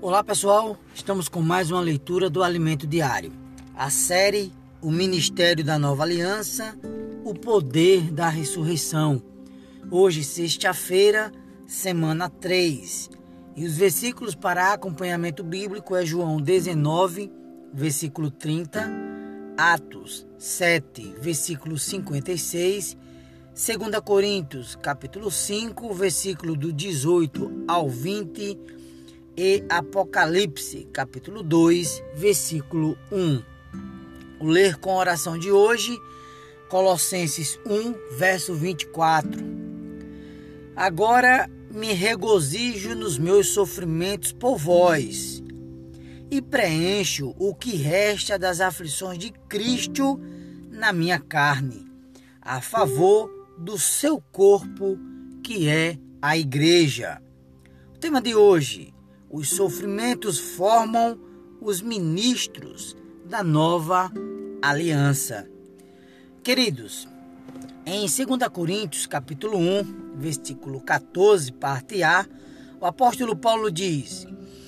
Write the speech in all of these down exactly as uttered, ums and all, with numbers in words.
Olá pessoal, estamos com mais uma leitura do Alimento Diário. A série O Ministério da Nova Aliança, o Poder da Ressurreição. Hoje, sexta-feira, semana três. E os versículos para acompanhamento bíblico é João dezenove, versículo trinta, Atos sete, versículo cinquenta e seis, dois Coríntios, capítulo cinco, versículo do dezoito ao vinte, e Apocalipse, capítulo dois, versículo um. O ler com oração de hoje, Colossenses um, verso vinte e quatro. Agora me regozijo nos meus sofrimentos por vós, e preencho o que resta das aflições de Cristo na minha carne, a favor do seu corpo, que é a igreja. O tema de hoje: os sofrimentos formam os ministros da nova aliança. Queridos, em dois Coríntios, capítulo um, versículo quatorze, parte A, o apóstolo Paulo diz: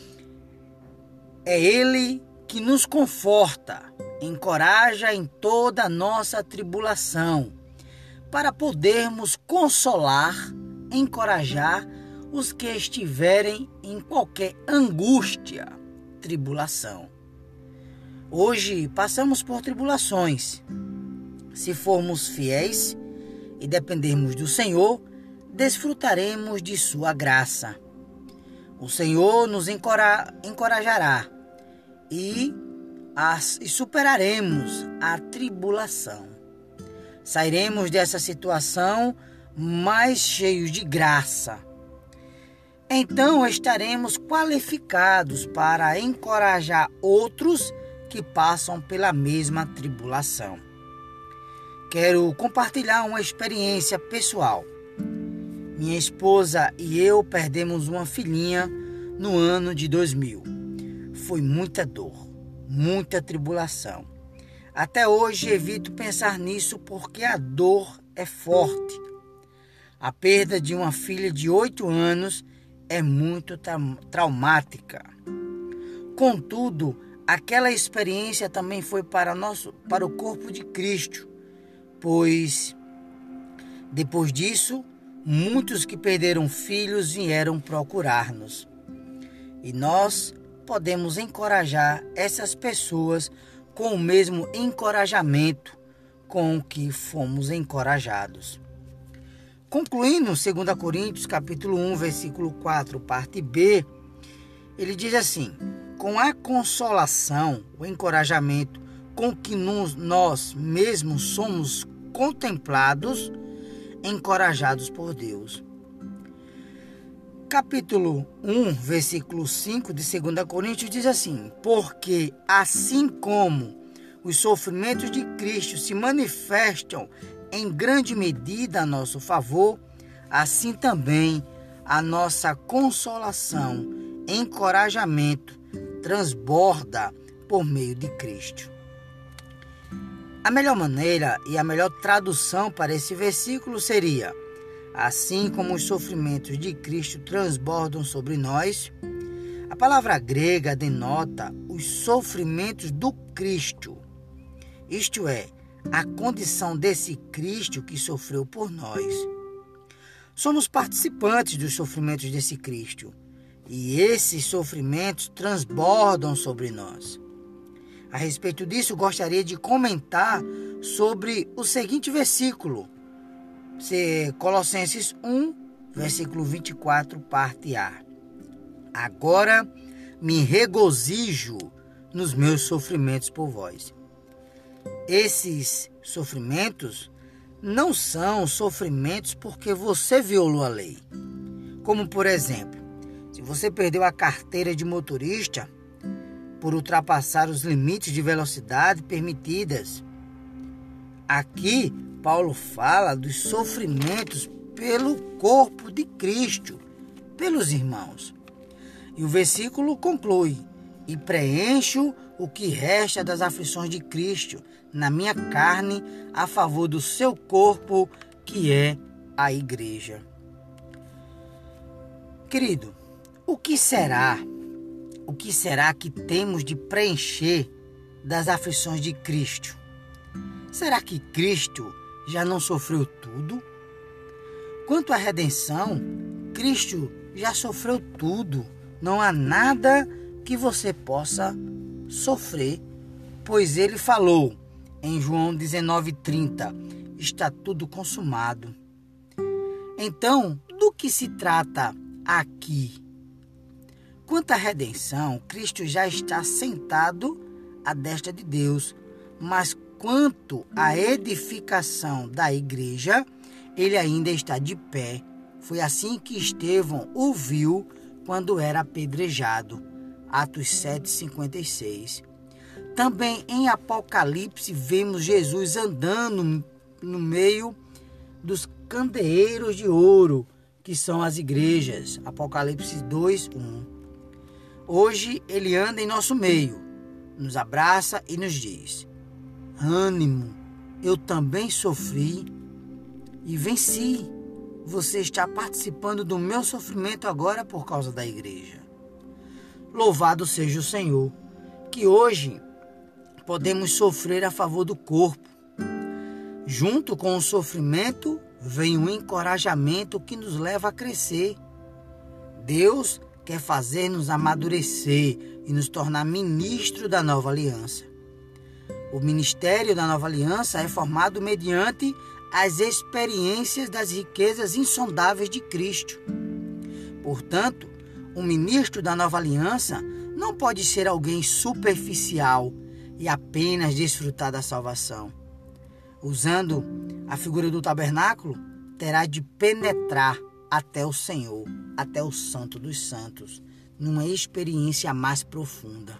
é Ele que nos conforta, encoraja em toda a nossa tribulação, para podermos consolar, encorajar os que estiverem em qualquer angústia, tribulação. Hoje passamos por tribulações. Se formos fiéis e dependermos do Senhor, desfrutaremos de sua graça. O Senhor nos encora- encorajará e, as, e superaremos a tribulação. Sairemos dessa situação mais cheios de graça. Então estaremos qualificados para encorajar outros que passam pela mesma tribulação. Quero compartilhar uma experiência pessoal. Minha esposa e eu perdemos uma filhinha no ano de dois mil. Foi muita dor, muita tribulação. Até hoje evito pensar nisso porque a dor é forte. A perda de uma filha de oito anos é muito tra- traumática. Contudo, aquela experiência também foi para, nosso, para o corpo de Cristo, pois depois disso, muitos que perderam filhos vieram procurar-nos. E nós podemos encorajar essas pessoas com o mesmo encorajamento com o que fomos encorajados. Concluindo, dois Coríntios, capítulo um, versículo quatro, parte B, ele diz assim: com a consolação, o encorajamento com que nos, nós mesmos somos contemplados, encorajados por Deus. Capítulo um, versículo cinco de dois Coríntios diz assim: porque assim como os sofrimentos de Cristo se manifestam em grande medida a nosso favor, assim também a nossa consolação, encorajamento, transborda por meio de Cristo. A melhor maneira e a melhor tradução para esse versículo seria: assim como os sofrimentos de Cristo transbordam sobre nós. A palavra grega denota os sofrimentos do Cristo, isto é, a condição desse Cristo que sofreu por nós. Somos participantes dos sofrimentos desse Cristo, e esses sofrimentos transbordam sobre nós. A respeito disso, gostaria de comentar sobre o seguinte versículo, Colossenses um, versículo vinte e quatro, parte A. Agora me regozijo nos meus sofrimentos por vós. Esses sofrimentos não são sofrimentos porque você violou a lei. Como, por exemplo, se você perdeu a carteira de motorista por ultrapassar os limites de velocidade permitidas. Aqui, Paulo fala dos sofrimentos pelo corpo de Cristo, pelos irmãos. E o versículo conclui: e preencho o que resta das aflições de Cristo na minha carne, a favor do seu corpo, que é a igreja. Querido, o que será o que será que temos de preencher das aflições de Cristo? Será que Cristo já não sofreu tudo? Quanto à redenção, Cristo já sofreu tudo. Não há nada que você possa sofrer, pois ele falou em João dezenove, trinta, está tudo consumado. Então, do que se trata aqui? Quanto à redenção, Cristo já está sentado à destra de Deus, mas quanto à edificação da igreja, ele ainda está de pé. Foi assim que Estevão o viu quando era apedrejado. Atos sete, cinquenta e seis. Também em Apocalipse vemos Jesus andando no meio dos candeeiros de ouro, que são as igrejas. Apocalipse dois, um. Hoje ele anda em nosso meio, nos abraça e nos diz: ânimo, eu também sofri e venci. Você está participando do meu sofrimento agora por causa da igreja. Louvado seja o Senhor, que hoje podemos sofrer a favor do corpo. Junto com o sofrimento vem um encorajamento que nos leva a crescer. Deus quer fazer-nos amadurecer e nos tornar ministro da nova aliança. O ministério da nova aliança é formado mediante as experiências das riquezas insondáveis de Cristo. Portanto, o ministro da nova aliança não pode ser alguém superficial e apenas desfrutar da salvação. Usando a figura do tabernáculo, terá de penetrar até o Senhor, até o Santo dos Santos, numa experiência mais profunda.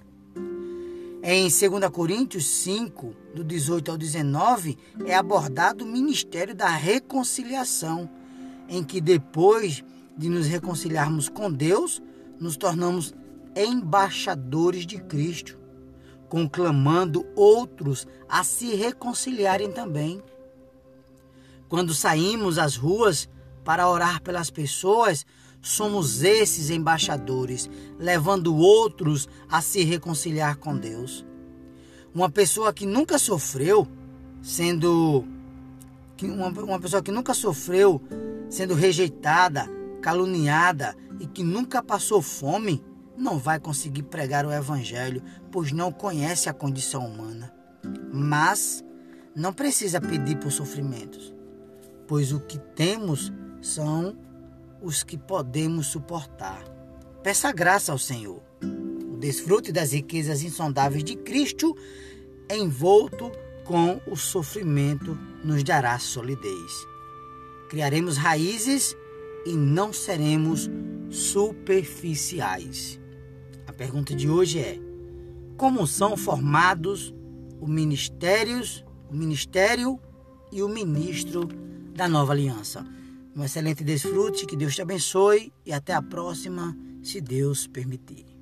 Em dois Coríntios cinco, do dezoito ao dezenove, é abordado o ministério da reconciliação, em que depois de nos reconciliarmos com Deus, nos tornamos embaixadores de Cristo, conclamando outros a se reconciliarem também. Quando saímos às ruas para orar pelas pessoas, somos esses embaixadores, levando outros a se reconciliar com Deus. Uma pessoa que nunca sofreu, sendo uma, uma pessoa que nunca sofreu, sendo rejeitada, caluniada e que nunca passou fome, não vai conseguir pregar o evangelho, pois não conhece a condição humana. Mas não precisa pedir por sofrimentos, pois o que temos são os que podemos suportar. Peça graça ao Senhor. O desfrute das riquezas insondáveis de Cristo, envolto com o sofrimento, nos dará solidez. Criaremos raízes e não seremos superficiais. A pergunta de hoje é: como são formados os ministérios, o ministério e o ministro da nova aliança? Um excelente desfrute, que Deus te abençoe e até a próxima, se Deus permitir.